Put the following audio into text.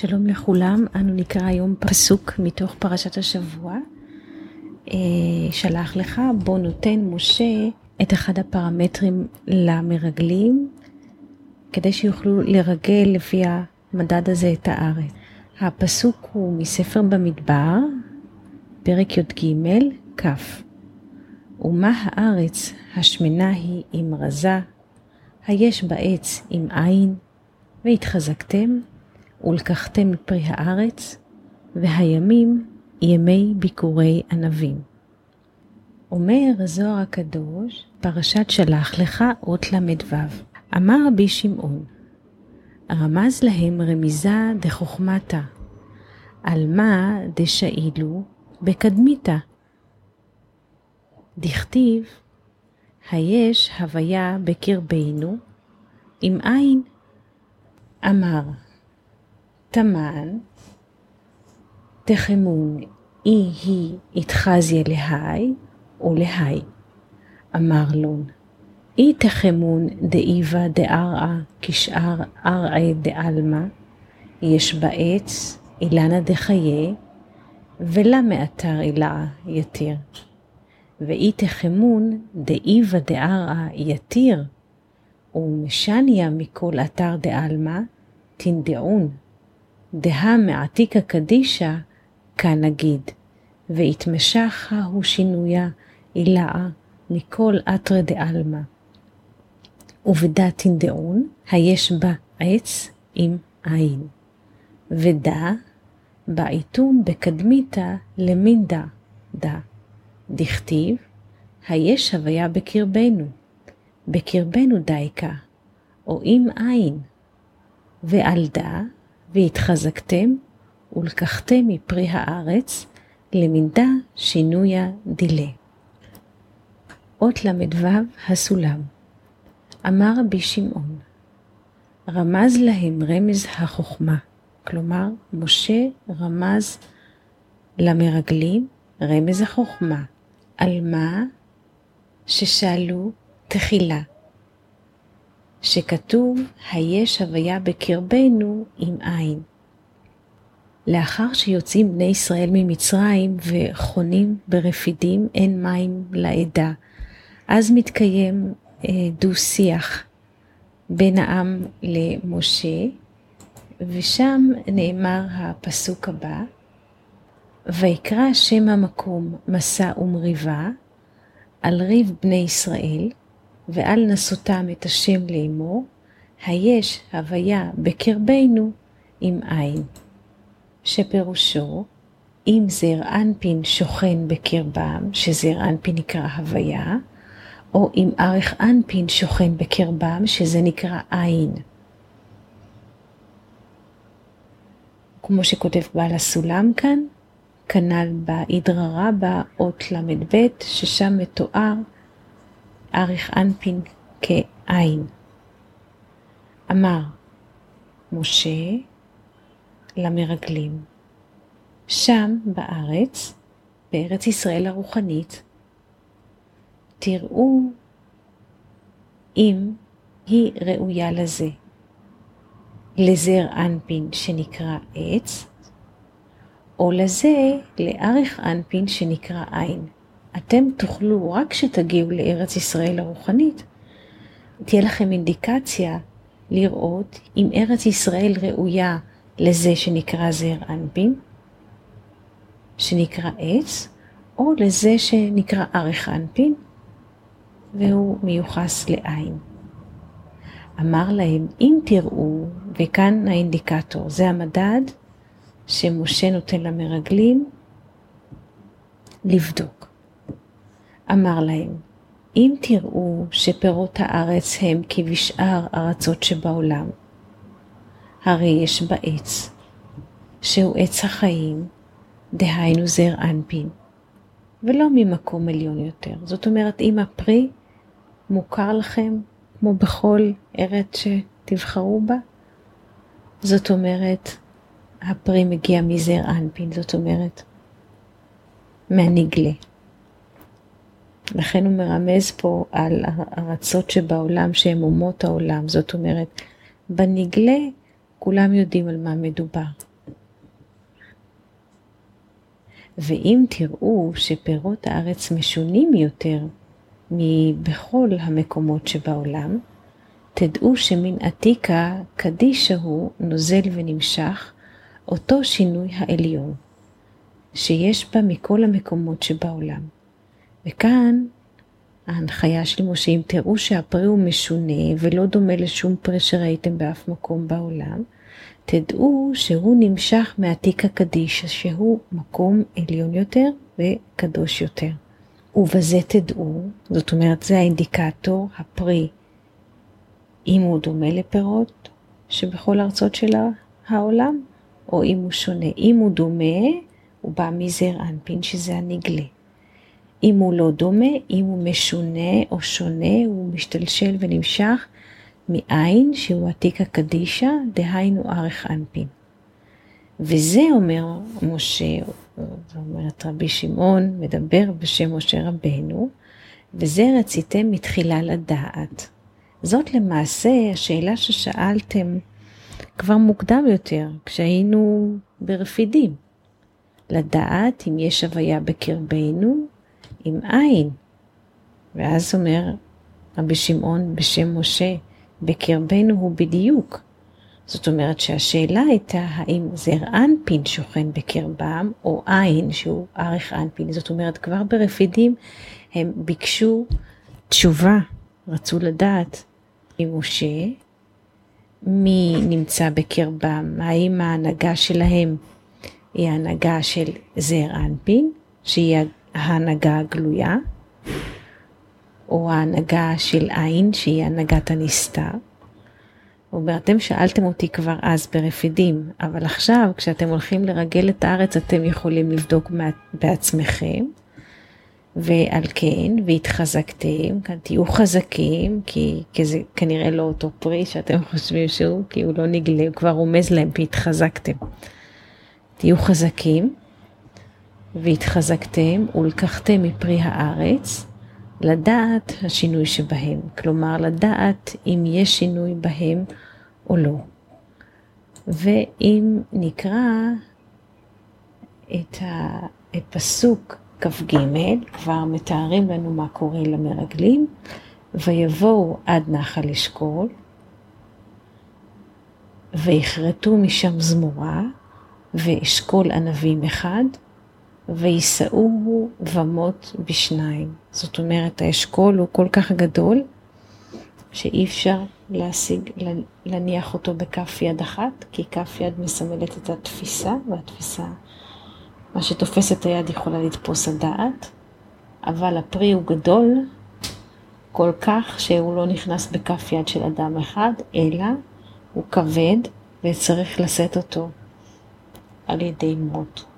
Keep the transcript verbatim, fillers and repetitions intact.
שלום לכולם, אנו נקרא היום פסוק מתוך פרשת השבוע. שלח לך, בו נותן משה את אחד הפרמטרים למרגלים, כדי שיוכלו לרגל לפי המדד הזה את הארץ. הפסוק הוא מספר במדבר, פרק י"ג, כ'. ומה הארץ השמנה היא עם רזה, היש בעץ עם עין, והתחזקתם ולקחתם מפרי הארץ, והימים ימי ביקורי ענבים. אומר הזוהר הקדוש, פרשת שלח לך אות למדו. אמר רבי שמעון, רמז להם רמיזה דחוכמתה, על מה דשאילו בקדמיתה. דכתיב, היש הוויה בקרבנו עם עין. אמר, תמן, תחמון אי היא התחזיה להי ולהי. אמר לון, אי תחמון דאיבה דארעה כשאר ארעי דאלמה, יש בעץ אילנה דחיה, ולה מאתר אילאה יתיר. ואי תחמון דאיבה דארעה יתיר, ומשניה מכל אתר דאלמה, תנדעון. דה מעתיקה קדישה כנגיד, והתמשך הוא שינויה אילאה מכל אתר דאלמה. ובדה תנדעון, היש בה עץ עם עין. ודה בעיתון בקדמיתה למינדה דה. דכתיב, היש הוויה בקרבנו, בקרבנו דייקה, או עם עין. ועל דה, והתחזקתם ולקחתם מפרי הארץ, למינדה שינויה דילה. אות למדו הסולם. אמר רבי שמעון, רמז להם רמז החוכמה, כלומר משה רמז למרגלים רמז החוכמה, על מה ששאלו תחילה, שכתוב היש הוויה בקרבנו עם עין. לאחר שיוצאים בני ישראל ממצרים וחונים ברפידים, אין מים לעדה, אז מתקיים דו שיח בין העם למשה, ושם נאמר הפסוק הבא, ויקרא שם המקום מסע ומריבה, על ריב בני ישראל, ועל נסותם את השם לאמור, היש הוויה בקרבנו עם עין. שפירושו, אם זר אנפין שוכן בקרבם, שזר אנפין נקרא הוויה, או אם ארך אנפין שוכן בקרבם, שזה נקרא עין. כמו שכותב בעל הסולם כאן, כנ"ל בהידררה באות למד ב', ששם מתואר ארך אנפין כעין. אמר משה למרגלים, שם בארץ, בארץ ישראל הרוחנית, תראו אם היא ראויה לזה, לזר אנפין שנקרא עץ, או לזה לארך אנפין שנקרא עין. אתם תוכלו, רק שתגיעו לארץ ישראל הרוחנית, תהיה לכם אינדיקציה לראות אם ארץ ישראל ראויה לזה שנקרא זר אנפין, שנקרא עץ, או לזה שנקרא ארך אנפין, והוא מיוחס לעין. אמר להם, אם תראו, וכאן האינדיקטור, זה המדד שמשה נותן למרגלים לבדוק. אמר להם, אם תראו שפירות הארץ הם כבשאר ארצות שבעולם, הרי יש בעץ, שהוא עץ החיים, דהיינו זר אנפין, ולא ממקום עליון יותר. זאת אומרת, אם הפרי מוכר לכם, כמו בכל ארץ שתבחרו בה, זאת אומרת, הפרי מגיע מזר אנפין, זאת אומרת, מהנגלה. לכן הוא מרמז פה על ארצות שבעולם שהן אומות העולם, זאת אומרת, בנגלה כולם יודעים על מה מדובר. ואם תראו שפירות הארץ משונים יותר מבכל המקומות שבעולם, תדעו שמן עתיקה קדישה הוא נוזל ונמשך, אותו שינוי העליון, שיש בה מכל המקומות שבעולם. וכאן ההנחיה של משה, אם תראו שהפרי הוא משונה ולא דומה לשום פרי שראיתם באף מקום בעולם, תדעו שהוא נמשך מעתיקה קדישה, שהוא מקום עליון יותר וקדוש יותר. ובזה תדעו, זאת אומרת זה האינדיקטור, הפרי, אם הוא דומה לפירות שבכל ארצות של העולם, או אם הוא שונה. אם הוא דומה, הוא בא מזעיר אנפין, שזה הנגלה. אם הוא לא דומה, אם הוא משונה או שונה, הוא משתלשל ונמשך מעין שהוא עתיקה קדישה, דהיינו ארך אנפין. וזה אומר משה, זאת אומרת רבי שמעון, מדבר בשם משה רבנו, וזה רציתם מתחילה לדעת. זאת למעשה השאלה ששאלתם כבר מוקדם יותר, כשהיינו ברפידים. לדעת אם יש הוויה בקרבנו עם עין. ואז אומר רבי שמעון בשם משה, בקרבנו הוא בדיוק. זאת אומרת שהשאלה הייתה האם זעיר אנפין שוכן בקרבם או עין שהוא ארך אנפין. זאת אומרת כבר ברפידים הם ביקשו תשובה, רצו לדעת עם משה מי נמצא בקרבם, האם ההנהגה שלהם היא ההנהגה של זעיר אנפין שהיא ההנהגה הגלויה, או ההנהגה של עין שהיא הנהגת הנסתר. ואתם שאלתם אותי כבר אז ברפידים, אבל עכשיו כשאתם הולכים לרגל את הארץ אתם יכולים לבדוק בעצמכם, ועל כן, והתחזקתם, כאן תהיו חזקים, כי, כי זה כנראה לא אותו פרי שאתם חושבים שהוא, כי הוא לא נגלה, הוא כבר רומז להם והתחזקתם. תהיו חזקים, והתחזקתם ולקחתם מפרי הארץ, לדעת השינוי שבהם, כלומר לדעת אם יש שינוי בהם או לא. ואם נקרא את הפסוק כ"ג, כבר מתארים לנו מה קורה למרגלים, ויבואו עד נחל אשכול, ויחרטו משם זמורה, ואשכול ענבים אחד, ויסעוהו ומות בשניים. זאת אומרת, האשכול הוא כל כך גדול, שאי אפשר להשיג, להניח אותו בכף יד אחת, כי כף יד מסמלת את התפיסה, והתפיסה, מה שתופס את היד יכולה לתפוס הדעת, אבל הפרי הוא גדול, כל כך שהוא לא נכנס בכף יד של אדם אחד, אלא הוא כבד, וצריך לשאת אותו על ידי מות.